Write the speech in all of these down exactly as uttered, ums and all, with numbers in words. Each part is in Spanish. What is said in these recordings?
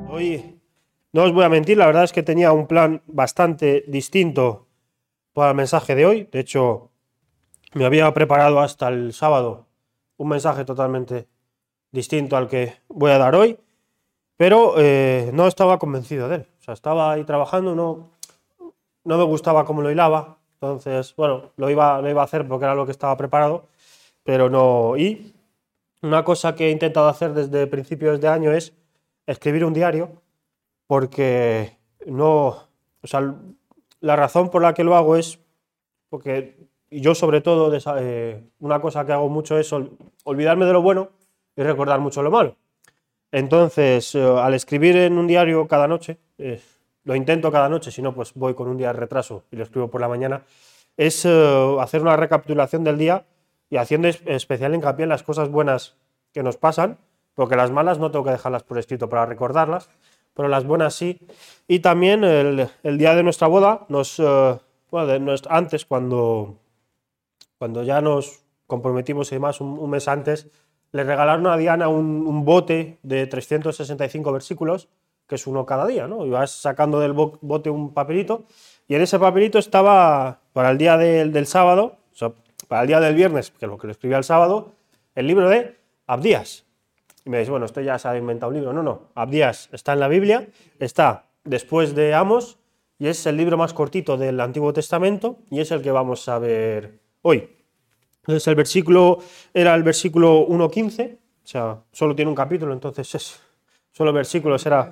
Hoy, no os voy a mentir, la verdad es que tenía un plan bastante distinto para el mensaje de hoy. De hecho, me había preparado hasta el sábado un mensaje totalmente distinto al que voy a dar hoy, pero eh, no estaba convencido de él. O sea, estaba ahí trabajando, no, no me gustaba cómo lo hilaba, entonces, bueno, lo iba, lo iba a hacer porque era lo que estaba preparado, pero no. Y una cosa que he intentado hacer desde principios de año es escribir un diario, porque no, o sea, la razón por la que lo hago es porque yo sobre todo, eh, una cosa que hago mucho es ol, olvidarme de lo bueno y recordar mucho lo malo. Entonces, eh, al escribir en un diario cada noche, eh, lo intento cada noche, si no, pues voy con un día de retraso y lo escribo por la mañana, es eh, hacer una recapitulación del día y haciendo especial hincapié en las cosas buenas que nos pasan, porque las malas no tengo que dejarlas por escrito para recordarlas, pero las buenas sí. Y también el, el día de nuestra boda, nos, eh, bueno, de nuestra, antes, cuando, cuando ya nos comprometimos y demás, un, un mes antes, le regalaron a Diana un, un bote de trescientos sesenta y cinco versículos, que es uno cada día, ¿no? Y vas sacando del bote un papelito, y en ese papelito estaba, para el día del, del sábado, o sea, para el día del viernes, que es lo que lo escribía el sábado, el libro de Abdías. Y me dices, bueno, esto ya se ha inventado un libro. No, no, Abdías está en la Biblia, está después de Amos, y es el libro más cortito del Antiguo Testamento, y es el que vamos a ver hoy. Entonces el versículo era el versículo uno quince, o sea, solo tiene un capítulo, entonces es solo versículos, era...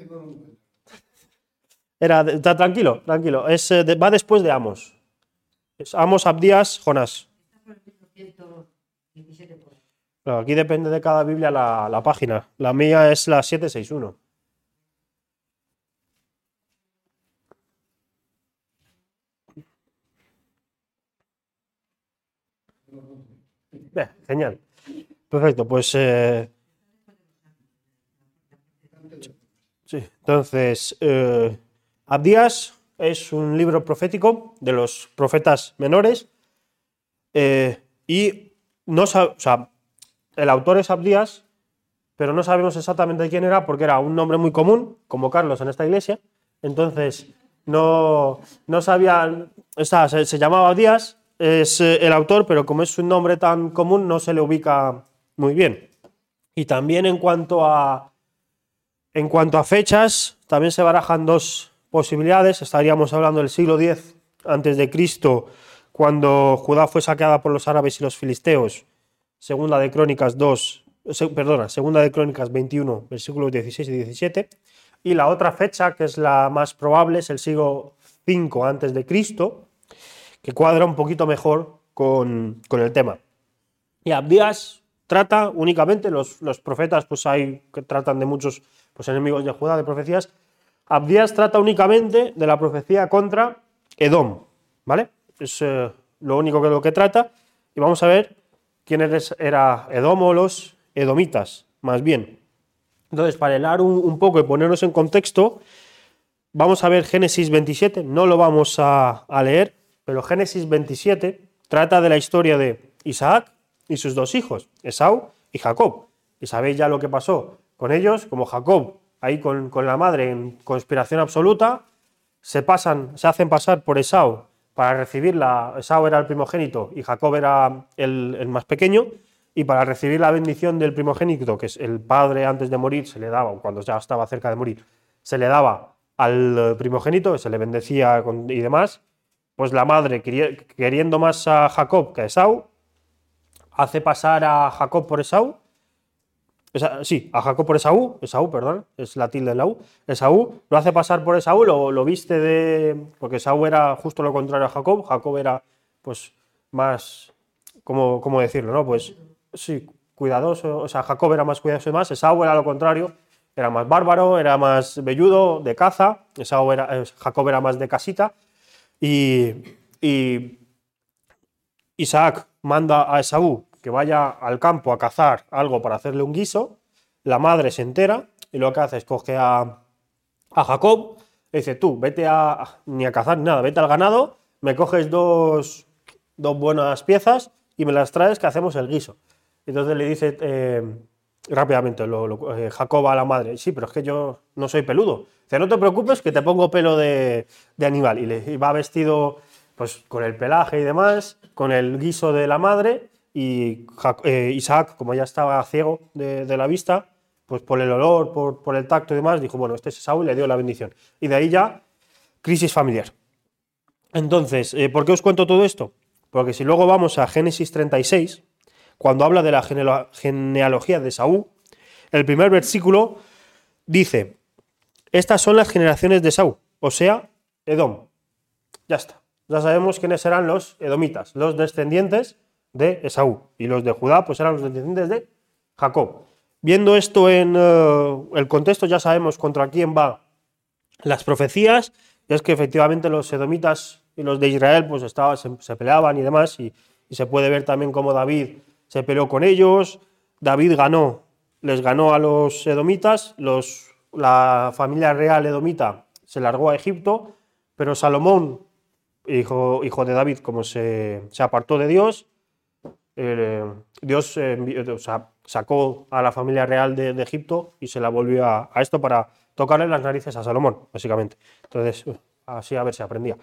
Era, está tranquilo, tranquilo, es, de, va después de Amos. Es Amos, Abdías, Jonás. Claro, aquí depende de cada Biblia la, la página. La mía es la setecientos sesenta y uno. Bien, genial. Perfecto, pues... Eh, sí, entonces... Eh, Abdías es un libro profético de los profetas menores, eh, y no, o sea, el autor es Abdías, pero no sabemos exactamente quién era porque era un nombre muy común, como Carlos en esta iglesia. Entonces no, no sabían, o sea, se, se llamaba Abdías, es el autor, pero como es un nombre tan común no se le ubica muy bien. Y también en cuanto a, en cuanto a fechas, también se barajan dos posibilidades. Estaríamos hablando del siglo diez antes de Cristo, cuando Judá fue saqueada por los árabes y los filisteos. Segunda de Crónicas dos, se, perdona, Segunda de Crónicas veintiuno, versículos dieciséis y diecisiete. Y la otra fecha, que es la más probable, es el siglo cinco antes de Cristo, que cuadra un poquito mejor con, con el tema. Y Abdías trata únicamente, los, los profetas pues hay que tratan de muchos pues, enemigos de Judá, de profecías. Abdías trata únicamente de la profecía contra Edom, ¿vale? Es eh, lo único que lo que trata. Y vamos a ver quién era Edom o los edomitas, más bien. Entonces, para hilar un, un poco y ponernos en contexto, vamos a ver Génesis veintisiete, no lo vamos a, a leer, pero Génesis veintisiete trata de la historia de Isaac y sus dos hijos, Esaú y Jacob. Y sabéis ya lo que pasó con ellos, como Jacob, ahí con, con la madre en conspiración absoluta, se pasan, se hacen pasar por Esaú para recibirla. Esaú era el primogénito y Jacob era el, el más pequeño, y para recibir la bendición del primogénito, que es el padre antes de morir, se le daba, cuando ya estaba cerca de morir, se le daba al primogénito, se le bendecía y demás. Pues la madre, queriendo más a Jacob que a Esaú, hace pasar a Jacob por Esaú, o sea, sí, a Jacob por Esaú, Esaú, perdón, es la tilde en la U, Esaú lo hace pasar por Esaú, lo, lo viste de... porque Esaú era justo lo contrario a Jacob, Jacob era, pues, más, ¿cómo, cómo decirlo, no? Pues, sí, cuidadoso, o sea, Jacob era más cuidadoso y demás, Esaú era lo contrario, era más bárbaro, era más velludo, de caza, Esaú era, Jacob era más de casita, y, y Isaac manda a Esaú que vaya al campo a cazar algo para hacerle un guiso. La madre se entera y lo que hace es coge a, a Jacob, le dice, tú, vete a, ni a cazar ni nada, vete al ganado, me coges dos, dos buenas piezas y me las traes que hacemos el guiso. Entonces le dice, eh, rápidamente, lo, lo, eh, Jacob a la madre, sí, pero es que yo no soy peludo. Dice, no te preocupes que te pongo pelo de, de animal. Y, le, y va vestido pues con el pelaje y demás, con el guiso de la madre, y eh, Isaac, como ya estaba ciego de, de la vista, pues por el olor, por, por el tacto y demás, dijo, bueno, este es Esaú y le dio la bendición. Y de ahí ya, crisis familiar. Entonces, eh, ¿por qué os cuento todo esto? Porque si luego vamos a Génesis treinta y seis, cuando habla de la genealogía de Esaú, el primer versículo dice, estas son las generaciones de Esaú, o sea, Edom. Ya está. Ya sabemos quiénes serán los edomitas, los descendientes de Esaú. Y los de Judá, pues eran los descendientes de Jacob. Viendo esto en uh, el contexto, ya sabemos contra quién va las profecías. Y es que efectivamente los edomitas y los de Israel pues estaba, se, se peleaban y demás. Y, y se puede ver también cómo David se peleó con ellos. David ganó, les ganó a los edomitas. Los, la familia real edomita se largó a Egipto. Pero Salomón, hijo, hijo de David, como se, se apartó de Dios, eh, Dios eh, o sea, sacó a la familia real de, de Egipto y se la volvió a, a esto para tocarle las narices a Salomón, básicamente. Entonces, así a ver si aprendía.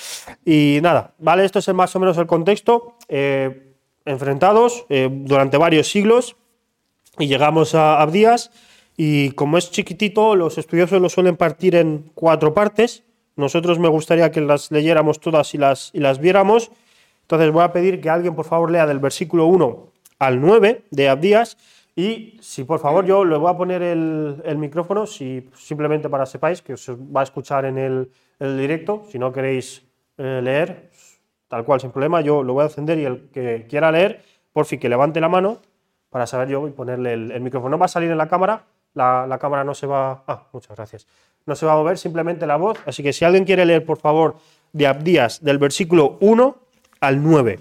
Y nada, vale, esto es más o menos el contexto. Eh, enfrentados eh, durante varios siglos y llegamos a Abdías y como es chiquitito, los estudiosos lo suelen partir en cuatro partes. Nosotros me gustaría que las leyéramos todas y las, y las viéramos. Entonces voy a pedir que alguien por favor lea del versículo uno al nueve de Abdías y si por favor yo le voy a poner el, el micrófono, si, simplemente para que sepáis que os va a escuchar en el, el directo, si no queréis eh, leer, tal cual, sin problema, yo lo voy a encender y el que quiera leer, por fin que levante la mano para saber yo y ponerle el, el micrófono. No va a salir en la cámara, la, la cámara no se va... Ah, muchas gracias. No se va a mover, simplemente la voz, así que si alguien quiere leer por favor de Abdías del versículo uno al nueve.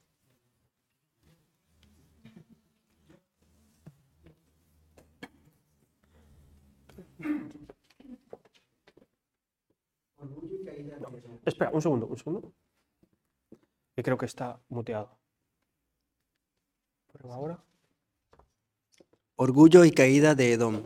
Espera, un segundo, un segundo. Que creo que está muteado. Pero ahora. Orgullo y caída de Edom.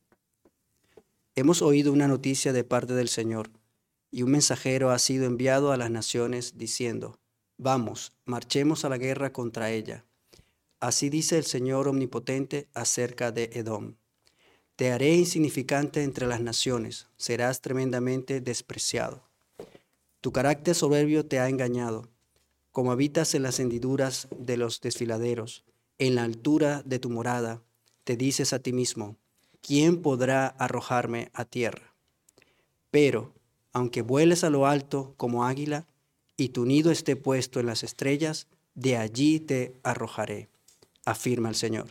Hemos oído una noticia de parte del Señor, y un mensajero ha sido enviado a las naciones diciendo, vamos, marchemos a la guerra contra ella. Así dice el Señor omnipotente acerca de Edom. Te haré insignificante entre las naciones, serás tremendamente despreciado. Tu carácter soberbio te ha engañado, como habitas en las hendiduras de los desfiladeros, en la altura de tu morada, te dices a ti mismo, ¿quién podrá arrojarme a tierra? Pero, aunque vueles a lo alto como águila, y tu nido esté puesto en las estrellas, de allí te arrojaré, afirma el Señor.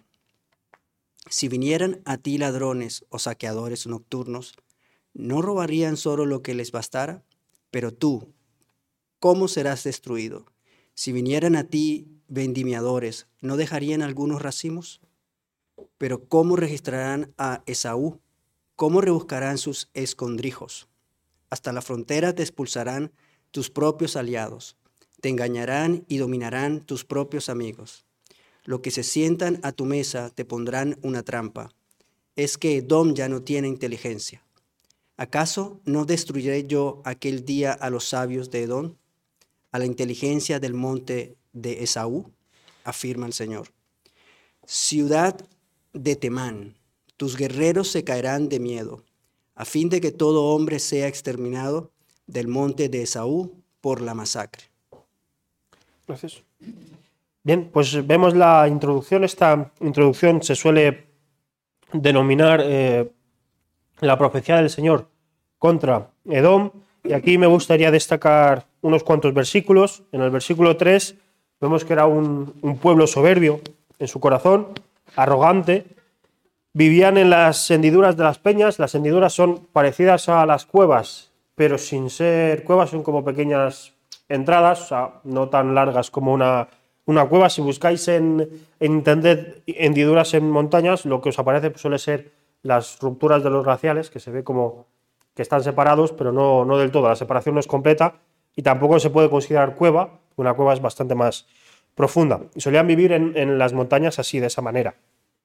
Si vinieran a ti ladrones o saqueadores nocturnos, ¿no robarían solo lo que les bastara? Pero tú, ¿cómo serás destruido? Si vinieran a ti vendimiadores, ¿no dejarían algunos racimos? Pero ¿cómo registrarán a Esaú? ¿Cómo rebuscarán sus escondrijos? Hasta la frontera te expulsarán tus propios aliados. Te engañarán y dominarán tus propios amigos. Los que se sientan a tu mesa te pondrán una trampa. Es que Edom ya no tiene inteligencia. ¿Acaso no destruiré yo aquel día a los sabios de Edom, a la inteligencia del monte de Esaú? Afirma el Señor. Ciudad de Temán, tus guerreros se caerán de miedo, a fin de que todo hombre sea exterminado del monte de Esaú por la masacre. Gracias. Bien, pues vemos la introducción. Esta introducción se suele denominar eh, la profecía del Señor contra Edom. Y aquí me gustaría destacar unos cuantos versículos. En el versículo tres vemos que era un, un pueblo soberbio en su corazón, arrogante. Vivían en las hendiduras de las peñas. Las hendiduras son parecidas a las cuevas, pero sin ser cuevas, son como pequeñas entradas, o sea, no tan largas como una, una cueva. Si buscáis en, en internet hendiduras en montañas, lo que os aparece pues, suele ser las rupturas de los glaciales, que se ve como que están separados, pero no, no del todo. La separación no es completa y tampoco se puede considerar cueva. Una cueva es bastante más profunda. Y solían vivir en, en las montañas así, de esa manera.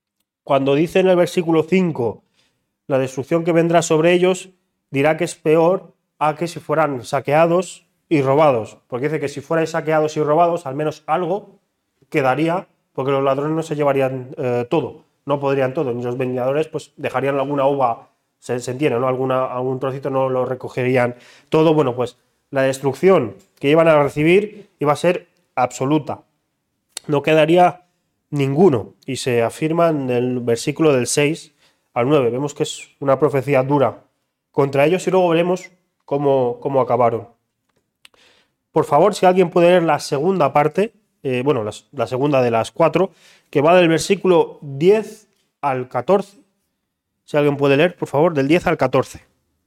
cuando dice en el versículo cinco la destrucción que vendrá sobre ellos, dirá que es peor a que si fueran saqueados y robados. Porque dice que si fueran saqueados y robados, al menos algo quedaría, porque los ladrones no se llevarían eh, todo, no podrían todo, ni los vendedores pues dejarían alguna uva, se, se entiende, ¿no? Alguna, algún trocito no lo recogerían todo. Bueno, pues la destrucción que iban a recibir iba a ser absoluta, no quedaría ninguno, y se afirma en el versículo del seis al nueve. Vemos que es una profecía dura contra ellos y luego veremos cómo, cómo acabaron. Por favor, si alguien puede leer la segunda parte, eh, bueno, la, la segunda de las cuatro, que va del versículo diez al catorce. Si alguien puede leer, por favor, del diez al catorce.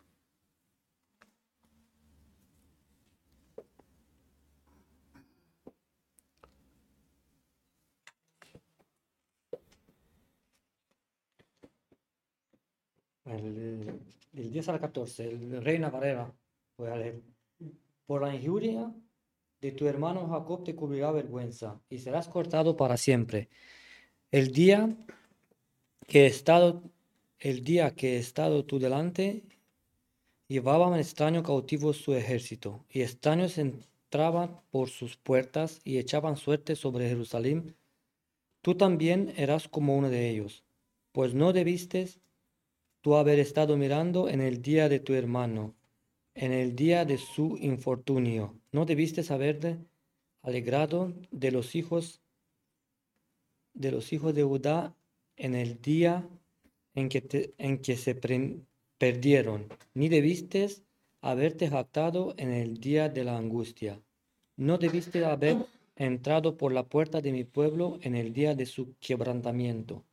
El, del diez al catorce, el Reina Valera, voy a leer. Por la injuria de tu hermano Jacob te cubrirá vergüenza y serás cortado para siempre. El día que he estado, el día que he estado tú delante, llevaban extraño cautivo su ejército, y extraños entraban por sus puertas y echaban suerte sobre Jerusalén. Tú también eras como uno de ellos, pues no debiste tú haber estado mirando en el día de tu hermano, en el día de su infortunio. No debiste haberte alegrado de los hijos de los hijos de Judá en el día en que, te, en que se pre, perdieron, ni debiste haberte jactado en el día de la angustia. No debiste haber entrado por la puerta de mi pueblo en el día de su quebrantamiento.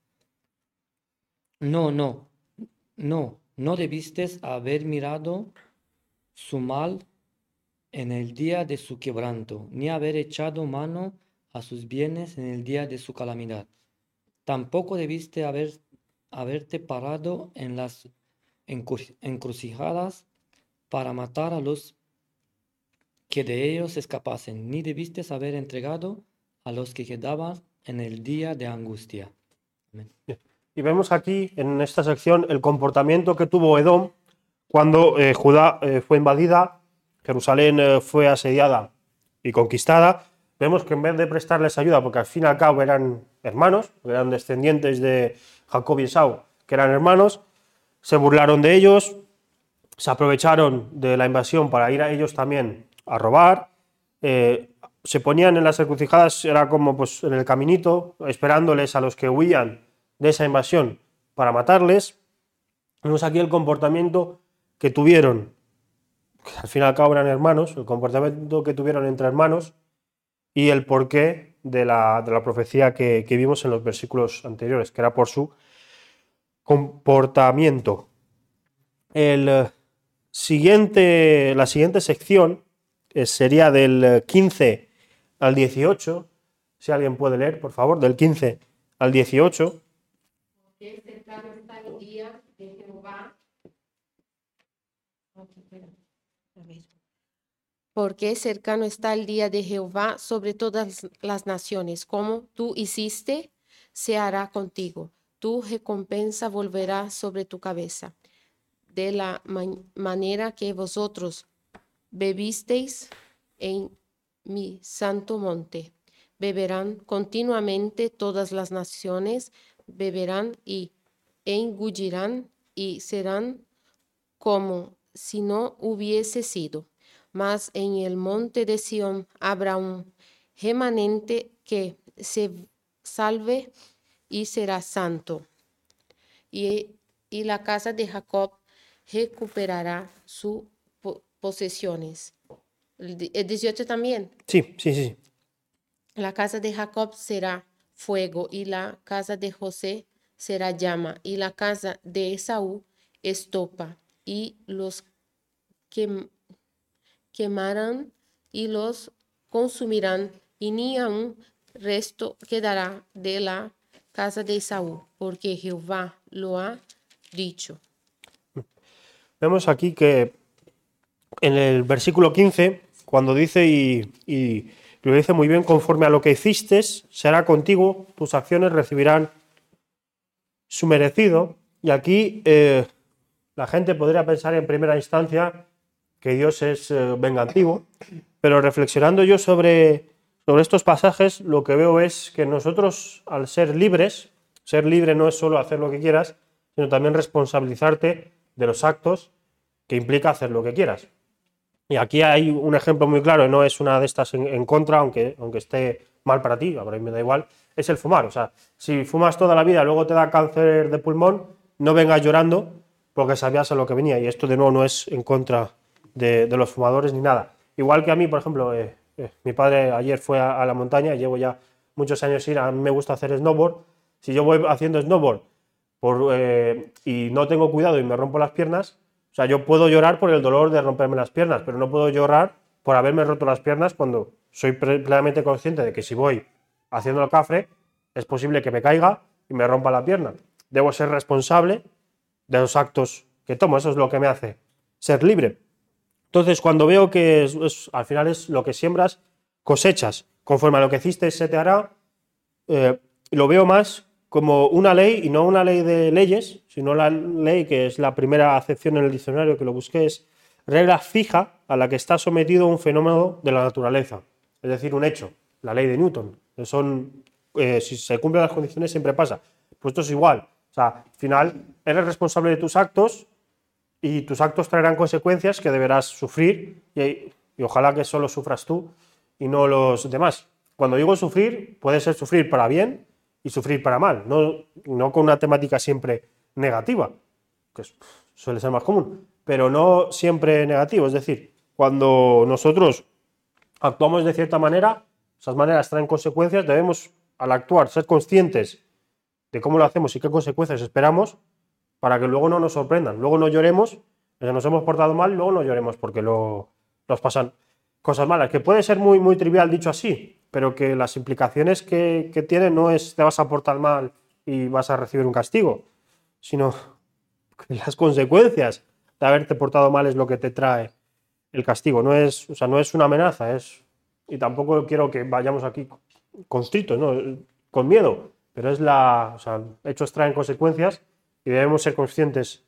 No, no, no, no debiste haber mirado su mal en el día de su quebranto, ni haber echado mano a sus bienes en el día de su calamidad. Tampoco debiste haber, haberte parado en las encrucijadas para matar a los que de ellos escapasen, ni debiste haber entregado a los que quedaban en el día de angustia. Amén. Y vemos aquí en esta sección el comportamiento que tuvo Edom cuando eh, Judá eh, fue invadida, Jerusalén eh, fue asediada y conquistada. Vemos que en vez de prestarles ayuda, porque al fin y al cabo eran hermanos, eran descendientes de Jacob y Esaú, que eran hermanos, se burlaron de ellos, se aprovecharon de la invasión para ir a ellos también a robar, eh, se ponían en las encrucijadas, era como pues en el caminito, esperándoles a los que huían de esa invasión para matarles. Vemos aquí el comportamiento que tuvieron, que al fin y al cabo eran hermanos, el comportamiento que tuvieron entre hermanos y el porqué de la, de la profecía que, que vimos en los versículos anteriores, que era por su comportamiento. El siguiente, la siguiente sección eh, sería del quince al dieciocho, si alguien puede leer, por favor, del quince al dieciocho. Porque cercano está el día de Jehová. Porque cercano está el día de Jehová sobre todas las naciones. Como tú hiciste, se hará contigo. Tu recompensa volverá sobre tu cabeza. De la man- manera que vosotros bebisteis en mi santo monte, beberán continuamente todas las naciones, beberán y engullirán y serán como si no hubiese sido. Mas en el monte de Sión habrá un remanente que se salve y será santo. Y, y la casa de Jacob recuperará sus po- posesiones. El di- el dieciocho también. Sí, sí, sí. La casa de Jacob será fuego y la casa de José será llama y la casa de Esaú estopa y los quem- quemarán y los consumirán y ni aun resto quedará de la casa de Esaú, porque Jehová lo ha dicho. Vemos aquí que en el versículo quince, cuando dice, y, y lo dice muy bien, conforme a lo que hiciste, será contigo, tus acciones recibirán su merecido. Y aquí eh, la gente podría pensar en primera instancia que Dios es eh, vengativo, pero reflexionando yo sobre, sobre estos pasajes, lo que veo es que nosotros, al ser libres, ser libre no es solo hacer lo que quieras, sino también responsabilizarte de los actos que implica hacer lo que quieras. Y aquí hay un ejemplo muy claro, y no es una de estas en, en contra, aunque, aunque esté mal para ti, a mí me da igual, es el fumar. O sea, si fumas toda la vida y luego te da cáncer de pulmón, no vengas llorando porque sabías a lo que venía. Y esto de nuevo no es en contra de, de los fumadores ni nada. Igual que a mí, por ejemplo, eh, eh, mi padre ayer fue a, a la montaña, llevo ya muchos años ir, a mí me gusta hacer snowboard. Si yo voy haciendo snowboard por, eh, y no tengo cuidado y me rompo las piernas, o sea, yo puedo llorar por el dolor de romperme las piernas, pero no puedo llorar por haberme roto las piernas cuando soy plenamente consciente de que si voy haciendo el cafre, es posible que me caiga y me rompa la pierna. Debo ser responsable de los actos que tomo, eso es lo que me hace ser libre. Entonces, cuando veo que es, es, al final es lo que siembras, cosechas, conforme a lo que hiciste se te hará, eh, lo veo más como una ley, y no una ley de leyes, sino la ley que es la primera acepción en el diccionario que lo busqué, es regla fija a la que está sometido un fenómeno de la naturaleza, es decir, un hecho, la ley de Newton. Son, eh, si se cumplen las condiciones siempre pasa. Pues esto es igual, o sea, al final eres responsable de tus actos y tus actos traerán consecuencias que deberás sufrir y, y ojalá que solo sufras tú y no los demás. Cuando digo sufrir, puede ser sufrir para bien y sufrir para mal, no, no con una temática siempre negativa, que suele ser más común, pero no siempre negativo. Es decir, cuando nosotros actuamos de cierta manera, esas maneras traen consecuencias, debemos al actuar ser conscientes de cómo lo hacemos y qué consecuencias esperamos para que luego no nos sorprendan, luego no lloremos, que nos hemos portado mal y luego no lloremos porque lo, nos pasan cosas malas, que puede ser muy, muy trivial dicho así, pero que las implicaciones que, que tiene no es te vas a portar mal y vas a recibir un castigo, sino que las consecuencias de haberte portado mal es lo que te trae el castigo. No es, o sea, no es una amenaza, es, y tampoco quiero que vayamos aquí constritos, ¿no? Con miedo, pero es la, o sea, hechos traen consecuencias y debemos ser conscientes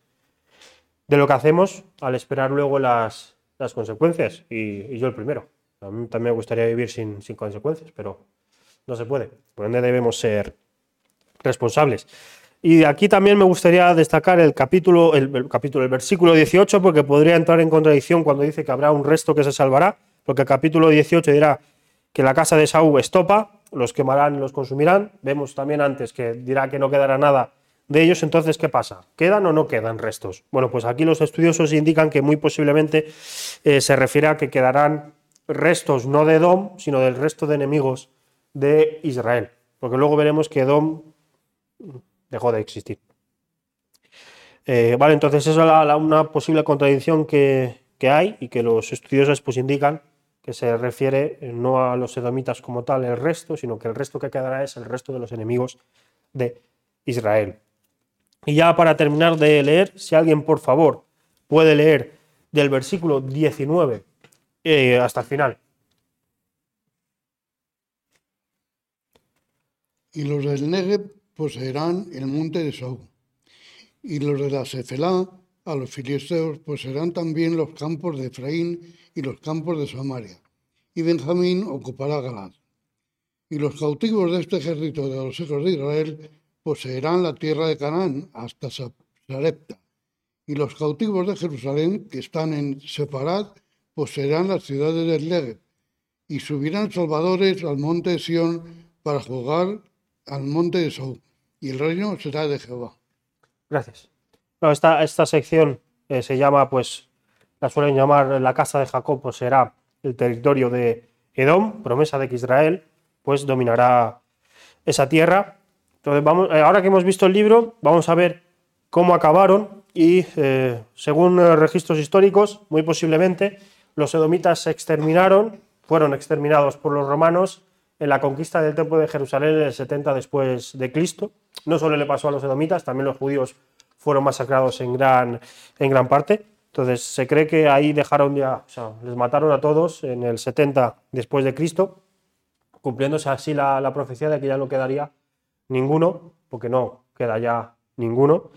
de lo que hacemos al esperar luego las, las consecuencias, y, y yo el primero. A mí también me gustaría vivir sin, sin consecuencias, pero no se puede. Por ende debemos ser responsables. Y aquí también me gustaría destacar el capítulo, el, el capítulo, el versículo dieciocho, porque podría entrar en contradicción cuando dice que habrá un resto que se salvará, porque el capítulo dieciocho dirá que la casa de Esaú estopa, los quemarán y los consumirán. Vemos también antes que dirá que no quedará nada de ellos. Entonces, ¿qué pasa? ¿Quedan o no quedan restos? Bueno, pues aquí los estudiosos indican que muy posiblemente eh, se refiere a que quedarán restos no de Edom, sino del resto de enemigos de Israel, porque luego veremos que Edom dejó de existir. Eh, vale, entonces esa es la, la, una posible contradicción que, que hay y que los estudiosos pues indican que se refiere no a los edomitas como tal el resto, sino que el resto que quedará es el resto de los enemigos de Israel. Y ya para terminar de leer, si alguien por favor puede leer del versículo diecinueve eh, hasta el final. Y los del Negev poseerán el monte de Esaú, y los de la Cefelá a los filisteos poseerán también los campos de Efraín y los campos de Samaria, y Benjamín ocupará Galaad. Y los cautivos de este ejército de los hijos de Israel poseerán la tierra de Canaán hasta Sarepta, y los cautivos de Jerusalén que están en Sefarad poseerán las ciudades del Negev, y subirán salvadores al monte de Sión para jugar al monte de Esaú, y el reino será de Jehová. Gracias. No, esta, esta sección eh, se llama, pues, la suelen llamar la casa de Jacob, pues será el territorio de Edom, promesa de que Israel, pues, dominará esa tierra. Entonces, vamos, eh, ahora que hemos visto el libro, vamos a ver cómo acabaron y, eh, según eh, registros históricos, muy posiblemente, los edomitas se exterminaron, fueron exterminados por los romanos en la conquista del templo de Jerusalén en el setenta después de Cristo. No solo le pasó a los edomitas, también los judíos fueron masacrados en gran, en gran parte. Entonces se cree que ahí dejaron ya, o sea, les mataron a todos en el setenta después de Cristo, cumpliéndose así la, la profecía de que ya no quedaría ninguno, porque no queda ya ninguno.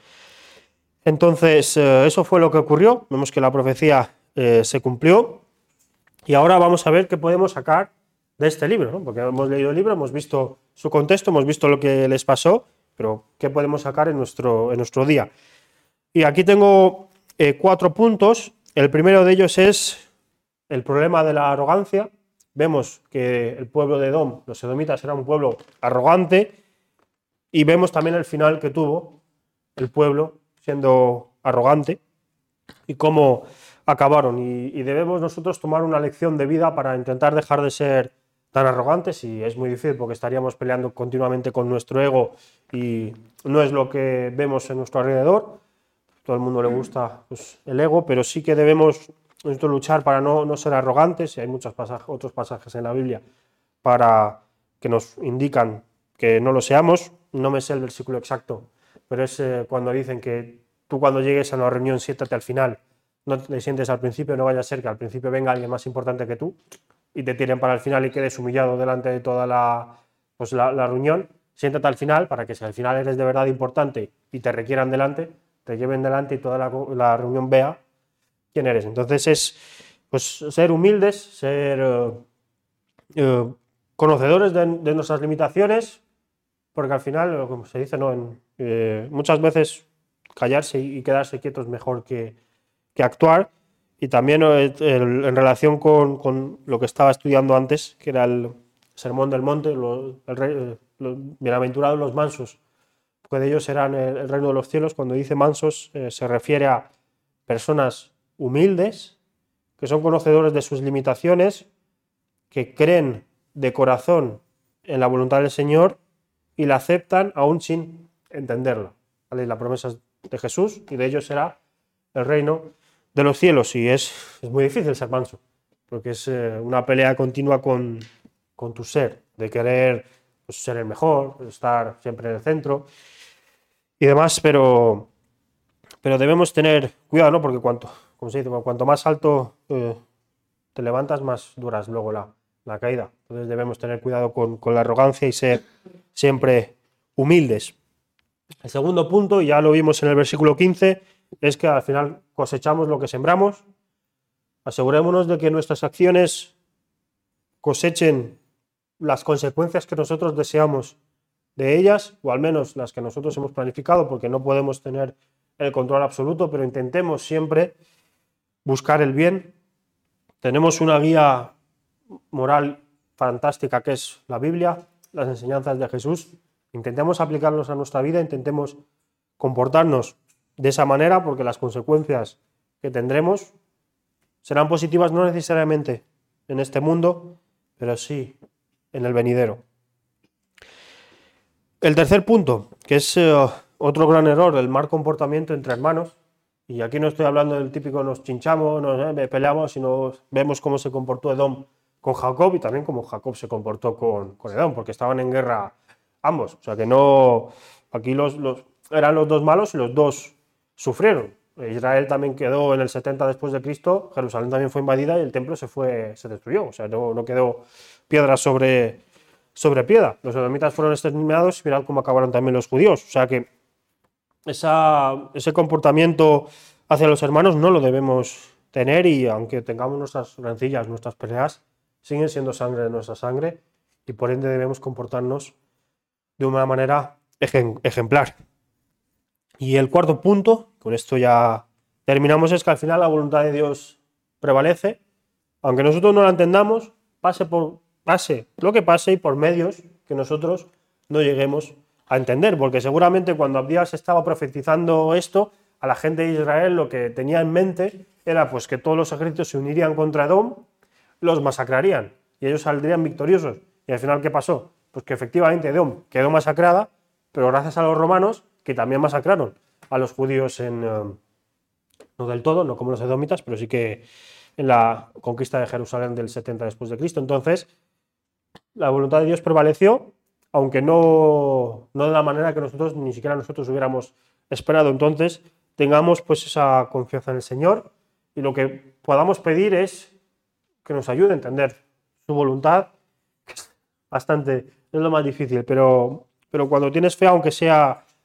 Entonces, eh, eso fue lo que ocurrió. Vemos que la profecía eh, se cumplió. Y ahora vamos a ver qué podemos sacar de este libro, ¿no? Porque hemos leído el libro, hemos visto su contexto, hemos visto lo que les pasó, pero ¿qué podemos sacar en nuestro, en nuestro día? Y aquí tengo eh, cuatro puntos. El primero de ellos es el problema de la arrogancia. Vemos que el pueblo de Edom, los edomitas, era un pueblo arrogante, y vemos también el final que tuvo el pueblo siendo arrogante y cómo acabaron. Y, y debemos nosotros tomar una lección de vida para intentar dejar de ser tan arrogantes, y es muy difícil porque estaríamos peleando continuamente con nuestro ego y no es lo que vemos en nuestro alrededor. Todo el mundo le gusta, pues, el ego, pero sí que debemos nosotros luchar para no, no ser arrogantes, y hay muchos pasajes, otros pasajes en la Biblia para que nos indican que no lo seamos. No me sé el versículo exacto, pero es eh, cuando dicen que tú cuando llegues a una reunión siéntate al final, no te sientes al principio, no vaya a ser que al principio venga alguien más importante que tú y te tiren para el final y quedes humillado delante de toda la, pues la, la reunión. Siéntate al final para que si al final eres de verdad importante y te requieran delante, te lleven delante y toda la, la reunión vea quién eres. Entonces es pues, ser humildes, ser eh, eh, conocedores de, de nuestras limitaciones, porque al final, como se dice, ¿no? en, eh, muchas veces callarse y quedarse quietos es mejor que, que actuar. Y también eh, el, en relación con, con lo que estaba estudiando antes, que era el Sermón del Monte, lo, el rey, los bienaventurados los mansos, porque de ellos serán el, el reino de los cielos. Cuando dice mansos, eh, se refiere a personas humildes, que son conocedores de sus limitaciones, que creen de corazón en la voluntad del Señor y la aceptan aún sin entenderla. ¿Vale? La promesa es de Jesús y de ellos será el reino de los cielos. Y es, es muy difícil ser manso, porque es eh, una pelea continua con, con tu ser, de querer pues, ser el mejor, estar siempre en el centro y demás, pero, pero debemos tener cuidado, ¿no? Porque cuanto, como se dice, cuanto más alto eh, te levantas, más duras luego la, la caída. Entonces debemos tener cuidado con, con la arrogancia y ser siempre humildes. El segundo punto, y ya lo vimos en el versículo quince, es que al final cosechamos lo que sembramos. Asegurémonos de que nuestras acciones cosechen las consecuencias que nosotros deseamos de ellas, o al menos las que nosotros hemos planificado, porque no podemos tener el control absoluto, pero intentemos siempre buscar el bien. Tenemos una guía moral fantástica que es la Biblia, las enseñanzas de Jesús. Intentemos aplicarlos a nuestra vida, intentemos comportarnos de esa manera, porque las consecuencias que tendremos serán positivas no necesariamente en este mundo, pero sí en el venidero. El tercer punto, que es eh, otro gran error, el mal comportamiento entre hermanos. Y aquí no estoy hablando del típico nos chinchamos, nos eh, peleamos, sino vemos cómo se comportó Edom con Jacob y también cómo Jacob se comportó con, con Edom, porque estaban en guerra ambos. O sea que no, aquí los, los, eran los dos malos y los dos sufrieron. Israel también quedó en el setenta después de Cristo, Jerusalén también fue invadida y el templo se fue, se destruyó. O sea, no, no quedó piedra sobre, sobre piedra. Los edomitas fueron exterminados y mirad cómo acabaron también los judíos. O sea que esa, ese comportamiento hacia los hermanos no lo debemos tener, y aunque tengamos nuestras rencillas, nuestras peleas, siguen siendo sangre de nuestra sangre y por ende debemos comportarnos de una manera ejemplar. Y el cuarto punto, con esto ya terminamos, es que al final la voluntad de Dios prevalece, aunque nosotros no la entendamos, pase, por, pase lo que pase y por medios que nosotros no lleguemos a entender, porque seguramente cuando Abdías estaba profetizando esto, a la gente de Israel lo que tenía en mente era pues que todos los ejércitos se unirían contra Edom, los masacrarían y ellos saldrían victoriosos. Y al final, ¿qué pasó? Pues que efectivamente Edom quedó masacrada, pero gracias a los romanos, que también masacraron a los judíos en, uh, no del todo, no como los edomitas, pero sí que en la conquista de Jerusalén del setenta después de Cristo. Entonces, la voluntad de Dios prevaleció, aunque no, no de la manera que nosotros, ni siquiera nosotros hubiéramos esperado. Entonces, tengamos pues esa confianza en el Señor, y lo que podamos pedir es que nos ayude a entender su voluntad, que es bastante, es lo más difícil, pero, pero cuando tienes fe, aunque sea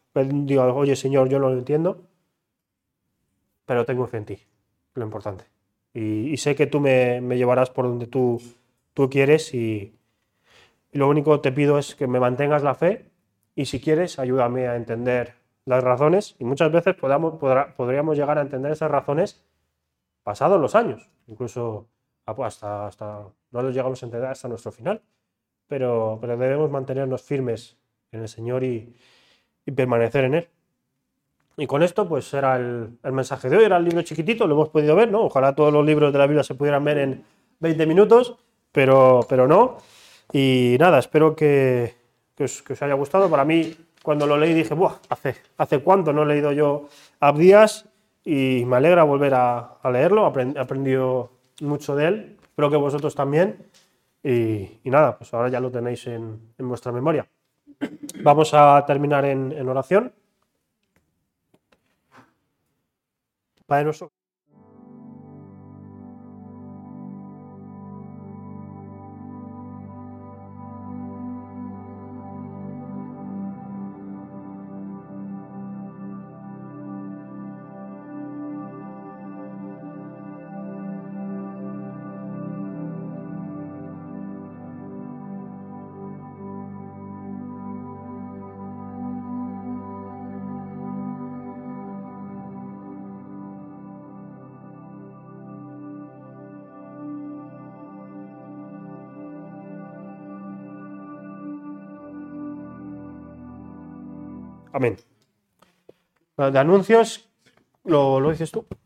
Que diga, oye Señor, yo no lo entiendo, pero tengo fe en ti, lo importante. Y, y sé que tú me, me llevarás por donde tú, tú quieres y, y lo único que te pido es que me mantengas la fe y si quieres ayúdame a entender las razones y muchas veces podamos, podrá, podríamos llegar a entender esas razones pasados los años, incluso hasta, hasta no los llegamos a entender hasta nuestro final, pero, pero debemos mantenernos firmes en el Señor y, y permanecer en Él. Y con esto pues era el, el mensaje de hoy, era el libro chiquitito, lo hemos podido ver, ¿no? Ojalá todos los libros de la Biblia se pudieran ver en veinte minutos, pero, pero no. Y nada, espero que, que, os, que os haya gustado. Para mí, cuando lo leí dije, ¡buah! ¿Hace, hace cuánto no he leído yo Abdías? Y me alegra volver a, a leerlo, aprend, he aprendido mucho de él, espero que vosotros también. Y, y nada, pues ahora ya lo tenéis en, en vuestra memoria. Vamos a terminar en, en oración. Padre nuestro. Amén. De anuncios, ¿lo, lo dices tú?